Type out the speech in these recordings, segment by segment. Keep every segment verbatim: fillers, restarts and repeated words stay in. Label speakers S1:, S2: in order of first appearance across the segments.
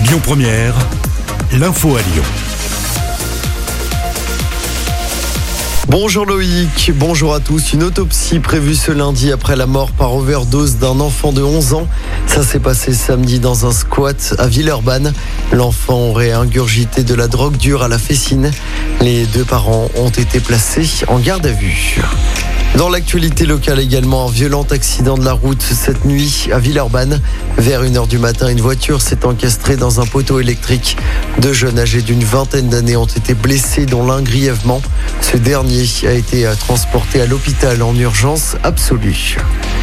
S1: Lyon Première, l'info à Lyon.
S2: Bonjour Loïc, bonjour à tous. Une autopsie prévue ce lundi après la mort par overdose d'un enfant de onze ans. Ça s'est passé samedi dans un squat à Villeurbanne. L'enfant aurait ingurgité de la drogue dure à la fessine. Les deux parents ont été placés en garde à vue. Dans l'actualité locale également, un violent accident de la route cette nuit à Villeurbanne. Vers une heure du matin, une voiture s'est encastrée dans un poteau électrique. Deux jeunes âgés d'une vingtaine d'années ont été blessés, dont l'un grièvement. Ce dernier a été transporté à l'hôpital en urgence absolue.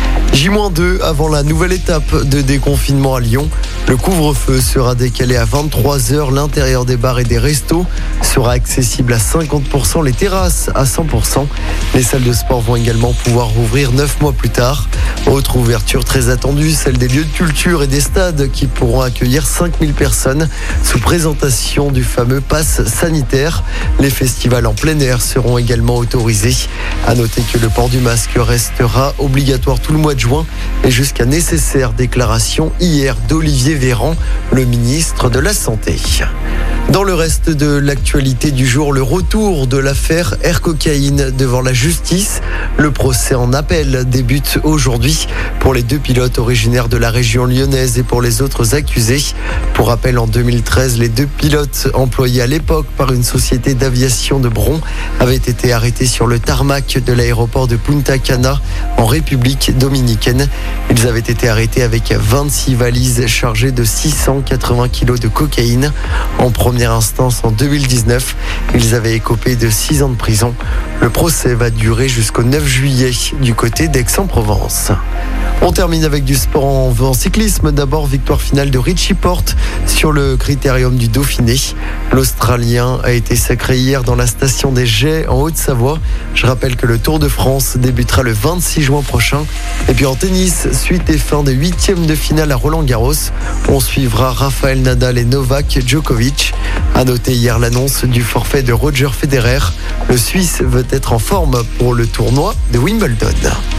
S2: J deux avant la nouvelle étape de déconfinement à Lyon. Le couvre-feu sera décalé à vingt-trois heures. L'intérieur des bars et des restos sera accessible à cinquante pour cent, les terrasses à cent pour cent. Les salles de sport vont également pouvoir rouvrir neuf mois plus tard. Autre ouverture très attendue, celle des lieux de culture et des stades qui pourront accueillir cinq mille personnes sous présentation du fameux pass sanitaire. Les festivals en plein air seront également autorisés. À noter que le port du masque restera obligatoire tout le mois de juin et jusqu'à nécessaire déclaration hier d'Olivier Véran, le ministre de la Santé. Dans le reste de l'actualité du jour, le retour de l'affaire Air Cocaïne devant la justice. Le procès en appel débute aujourd'hui pour les deux pilotes originaires de la région lyonnaise et pour les autres accusés. Pour rappel, en deux mille treize, les deux pilotes employés à l'époque par une société d'aviation de Bron avaient été arrêtés sur le tarmac de l'aéroport de Punta Cana en République dominicaine. Ils avaient été arrêtés avec vingt-six valises chargées de six cent quatre-vingts kilos de cocaïne. En première instance, en deux mille dix-neuf, ils avaient écopé de six ans de prison. Le procès va durer jusqu'au neuf juillet du côté d'Aix-en-Provence. On termine avec du sport en, en cyclisme. D'abord, victoire finale de Richie Porte sur le Critérium du Dauphiné. L'Australien a été sacré hier dans la station des Jets en Haute-Savoie. Je rappelle que le Tour de France débutera le vingt-six juin prochain. Et puis en tennis, suite et fin des huitièmes de finale à Roland-Garros. On suivra Rafael Nadal et Novak Djokovic. A noter hier l'annonce du forfait de Roger Federer. Le Suisse veut être en forme pour le tournoi de Wimbledon.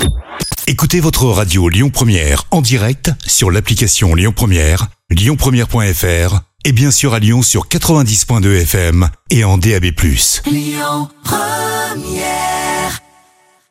S1: Écoutez votre radio Lyon Première en direct sur l'application Lyon Première, lyon première point f r et bien sûr à Lyon sur quatre-vingt-dix point deux F M et en D A B plus.
S3: Lyon Première.